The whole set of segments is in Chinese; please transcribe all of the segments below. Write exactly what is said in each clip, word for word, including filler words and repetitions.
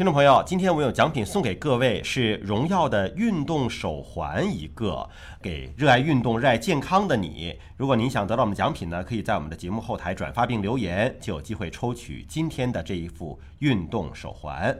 听众朋友，今天我们有奖品送给各位，是荣耀的运动手环一个，给热爱运动、热爱健康的你。如果您想得到我们的奖品呢，可以在我们的节目后台转发并留言，就有机会抽取今天的这一副运动手环。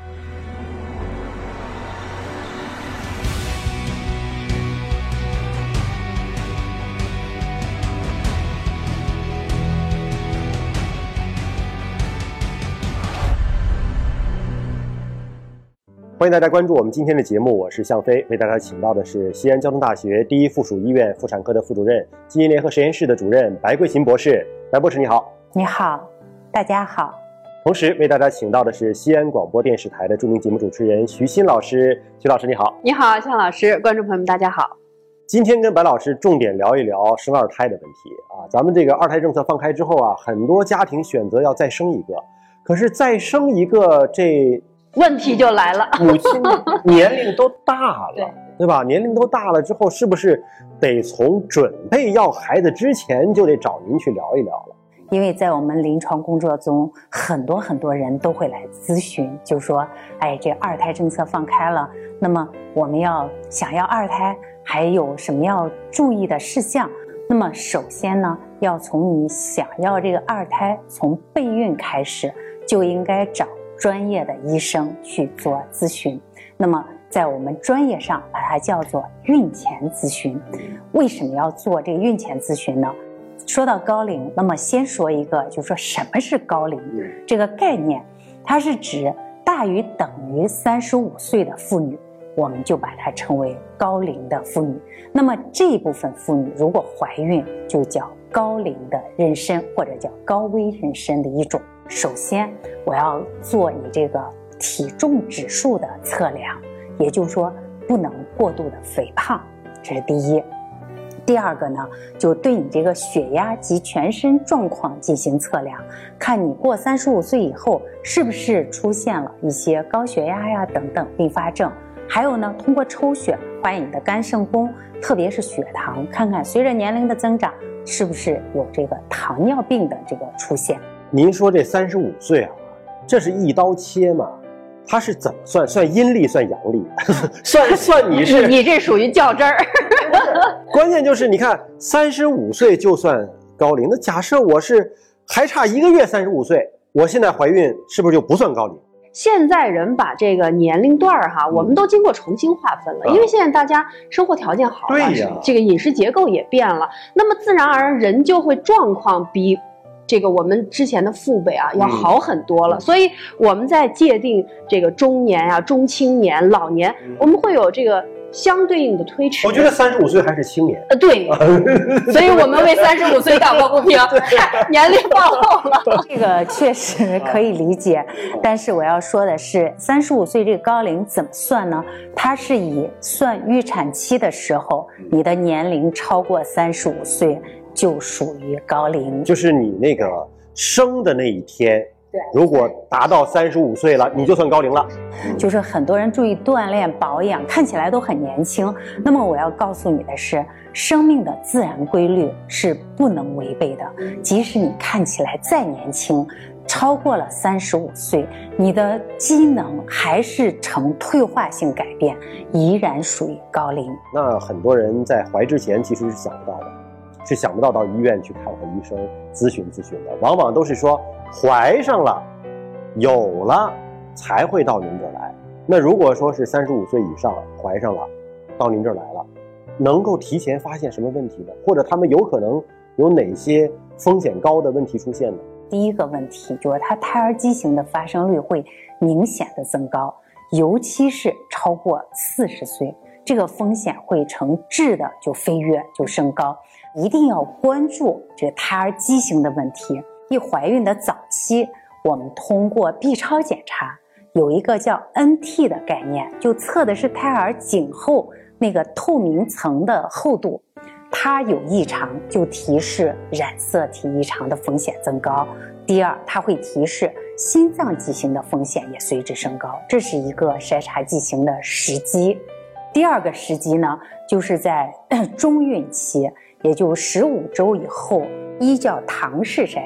欢迎大家关注我们今天的节目，我是向飞，为大家请到的是西安交通大学第一附属医院妇产科的副主任、基因联合实验室的主任白桂琴博士。白博士你好。 你好，大家好。 同时为大家请到的是西安广播电视台的著名节目主持人徐鑫老师。徐老师你好。 你好，向老师，观众朋友们大家好。 今天跟白老师重点聊一聊生二胎的问题啊。咱们这个二胎政策放开之后啊，很多家庭选择要再生一个，可是再生一个这问题就来了， 母亲年龄都大了， 对对吧？年龄都大了之后，是不是得从准备要孩子之前就得找您去聊一聊了？ 因为在我们临床工作中，很多很多人都会来咨询，就说，哎，这二胎政策放开了，那么我们要想要二胎，还有什么要注意的事项？那么首先呢，要从你想要这个二胎，从备孕开始，就应该找专业的医生去做咨询。那么在我们专业上把它叫做孕前咨询。为什么要做这个孕前咨询呢？说到高龄，那么先说一个，就是说什么是高龄这个概念，它是指大于等于三十五岁的妇女，我们就把它称为高龄的妇女。那么这一部分妇女如果怀孕，就叫高龄的妊娠，或者叫高危妊娠的一种。首先我要做你这个体重指数的测量，也就是说不能过度的肥胖，这是第一。第二个呢，就对你这个血压及全身状况进行测量，看你过三十五岁以后是不是出现了一些高血压呀等等并发症。还有呢，通过抽血化验你的肝肾功，特别是血糖，看看随着年龄的增长是不是有这个糖尿病的这个出现。 您说这三十五岁啊，这是一刀切吗？它是怎么算？算阴历算阳历？算算你是你这属于较真儿。 关键就是你看三十五岁就算高龄，那假设我是还差一个月三十五岁，我现在怀孕是不是就不算高龄？ 现在人把这个年龄段儿哈，我们都经过重新划分了，嗯、因为现在大家生活条件好了， 对呀， 这个饮食结构也变了，那么自然而然人就会状况比这个我们之前的父辈啊要好很多了，嗯、所以我们在界定这个中年啊、中青年、老年，嗯、我们会有这个相对应的推迟。 我觉得三十五岁还是青年。 呃，对，所以我们为三十五岁打抱不平，年龄暴露了。 这个确实可以理解，但是我要说的是，三十五岁这个高龄怎么算呢？它是以算预产期的时候，你的年龄超过三十五岁。就属于高龄， 就是你那个生的那一天， 对， 如果达到三十五岁了，你就算高龄了。 就是很多人注意锻炼保养，看起来都很年轻。那么我要告诉你的是，生命的自然规律是不能违背的。即使你看起来再年轻，超过了三十五岁，你的机能还是呈退化性改变，依然属于高龄。 那很多人在怀之前其实是想不到的。是想不到到医院去看看医生咨询咨询的，往往都是说怀上了有了才会到您这儿来。那如果说是三十五岁以上怀上了到您这儿来了，能够提前发现什么问题呢？或者他们有可能有哪些风险高的问题出现呢？ 第一个问题就是它胎儿畸形的发生率会明显的增高，尤其是超过四十岁，这个风险会呈质的就飞跃就升高。一定要关注这个胎儿畸形的问题。一怀孕的早期，我们通过 B 超检查，有一个叫 N T 的概念，就测的是胎儿颈后那个透明层的厚度，它有异常就提示染色体异常的风险增高。第二，它会提示心脏畸形的风险也随之升高，这是一个筛查畸形的时机。第二个时机呢，就是在中孕期，也就十五周以后，一叫唐氏筛查，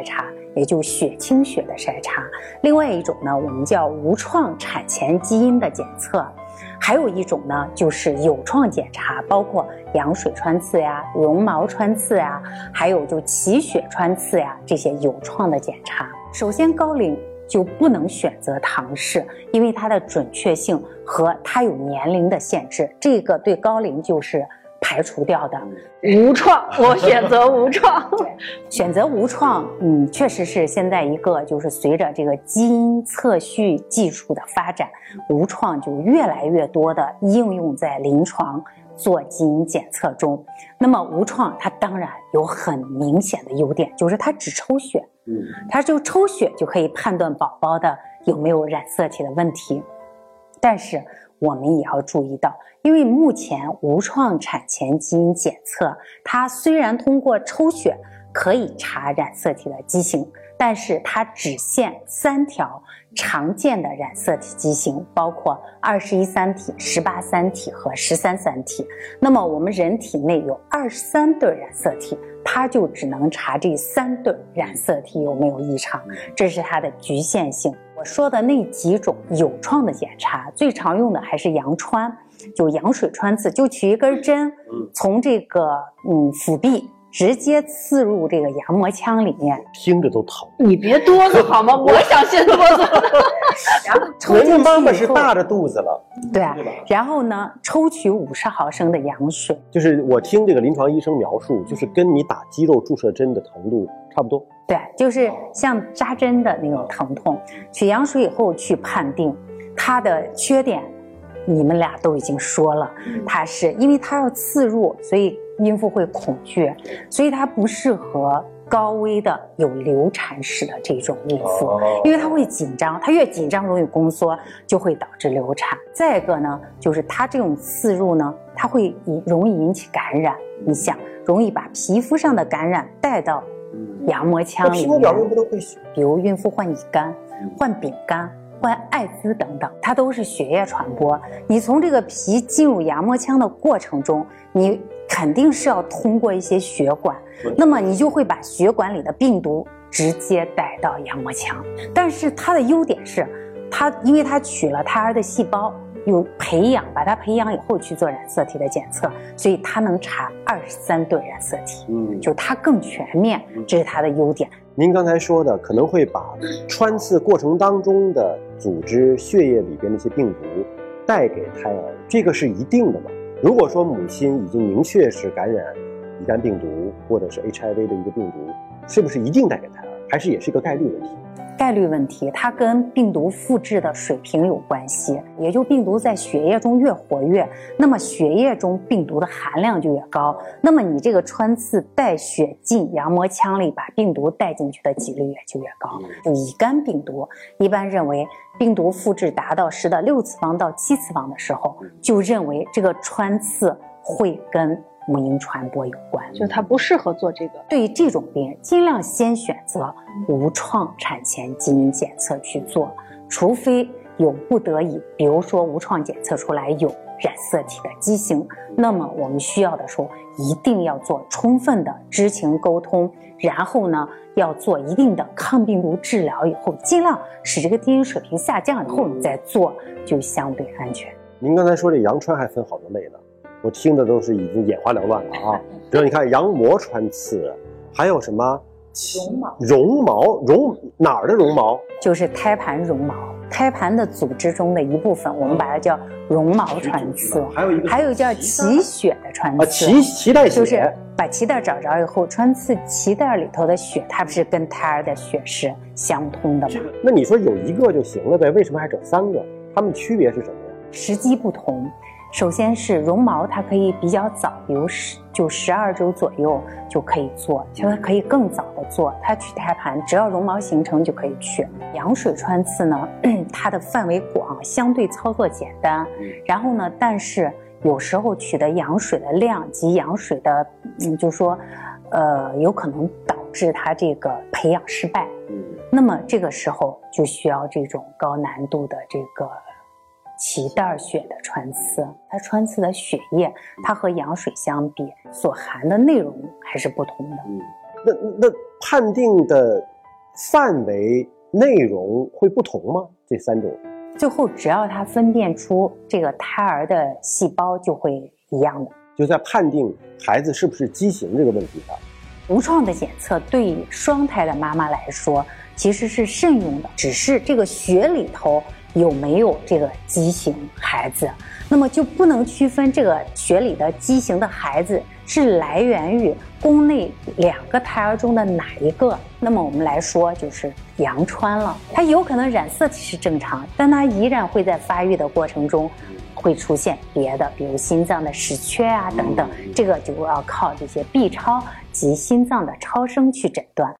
也就血清血的筛查。另外一种呢，我们叫无创产前基因的检测。还有一种呢，就是有创检查，包括羊水穿刺呀、绒毛穿刺呀，还有就脐血穿刺呀，这些有创的检查。首先，高龄就不能选择唐氏，因为它的准确性和它有年龄的限制，这个对高龄就是排除掉的。 无创，我选择无创。 选择无创，嗯，确实是现在一个就是随着这个基因测序技术的发展，无创就越来越多的应用在临床做基因检测中。那么无创它当然有很明显的优点，就是它只抽血，嗯，它就抽血就可以判断宝宝的有没有染色体的问题。但是我们也要注意到，因为目前无创产前基因检测，它虽然通过抽血可以查染色体的畸形，但是它只限三条常见的染色体畸形，包括二十一三体、十八三体和十三三体。那么我们人体内有二十三对染色体，它就只能查这三对染色体有没有异常，这是它的局限性。我说的那几种有创的检查，最常用的还是羊穿，就羊水穿刺，就取一根针，从这个嗯腹壁直接刺入这个羊膜腔里面， 听着都疼。 你别哆嗦好吗？我想先哆嗦。 然后抽进去以后， 人家妈妈是大着肚子了， 对啊，然后呢，抽取五十毫升的羊水。 就是我听这个临床医生描述，就是跟你打肌肉注射针的疼度差不多。 对，就是像扎针的那种疼痛。取羊水以后去判定它的缺点，你们俩都已经说了，它是因为它要刺入，所以孕妇会恐惧，所以它不适合高危的有流产史的这种孕妇，因为她会紧张，她越紧张容易宫缩，就会导致流产。再一个呢，就是它这种刺入呢，它会容易引起感染，你想，容易把皮肤上的感染带到羊膜腔里面。 皮肤表面不都会， 比如孕妇患乙肝、患丙肝、患艾滋等等，它都是血液传播。你从这个皮进入羊膜腔的过程中，你肯定是要通过一些血管，那么你就会把血管里的病毒直接带到羊膜腔。但是它的优点是，它因为它取了胎儿的细胞，有培养，把它培养以后去做染色体的检测，所以它能查二十三对染色体，嗯，就它更全面，这是它的优点。 您刚才说的可能会把穿刺过程当中的组织、血液里边的一些病毒带给胎儿，这个是一定的吗？如果说母亲已经明确是感染乙肝病毒或者是 H I V 的一个病毒，是不是一定带给胎儿，还是也是一个概率问题？ 概率问题，它跟病毒复制的水平有关系，也就病毒在血液中越活跃，那么血液中病毒的含量就越高，那么你这个穿刺带血进羊膜腔里，把病毒带进去的几率也就越高。就乙肝病毒，一般认为病毒复制达到十的六次方到七次方的时候，就认为这个穿刺会跟母婴传播有关， 就它不适合做这个。 对于这种病人，尽量先选择无创产前基因检测去做，除非有不得已，比如说无创检测出来有染色体的畸形，那么我们需要的时候一定要做充分的知情沟通，然后呢要做一定的抗病毒治疗，以后尽量使这个基因水平下降以后你再做，就相对安全。 您刚才说这羊穿还分好多类呢，我听的都是已经眼花缭乱了啊！比如你看羊膜穿刺，还有什么绒毛？ 绒毛绒哪儿的绒毛？ 就是胎盘绒毛，胎盘的组织中的一部分，我们把它叫绒毛穿刺。 还有一个， 还有叫脐血的穿刺。 啊，脐脐带血， 就是把脐带找着以后，穿刺脐带里头的血，它不是跟胎儿的血是相通的吗？ 那你说有一个就行了呗，为什么还整三个？它们区别是什么呀？ 时机不同。首先是绒毛，它可以比较早，比如十就十二周左右就可以做，就它可以更早的做。它取胎盘，只要绒毛形成就可以取。羊水穿刺呢，它的范围广，相对操作简单。然后呢，但是有时候取得羊水的量及羊水的，嗯，就说，呃，有可能导致它这个培养失败。那么这个时候就需要这种高难度的这个脐带血的穿刺，它穿刺的血液，它和羊水相比，所含的内容还是不同的。 嗯，那那判定的范围、内容会不同吗？这三种？ 最后只要它分辨出这个胎儿的细胞，就会一样的。 就在判定孩子是不是畸形这个问题上， 无创的检测对于双胎的妈妈来说其实是慎用的，只是这个血里头有没有这个畸形孩子，那么就不能区分这个血里的畸形的孩子是来源于宫内两个胎儿中的哪一个。那么我们来说就是羊穿了，它有可能染色体是正常，但它依然会在发育的过程中会出现别的，比如心脏的失缺啊等等，这个就要靠这些 B 超及心脏的超声去诊断。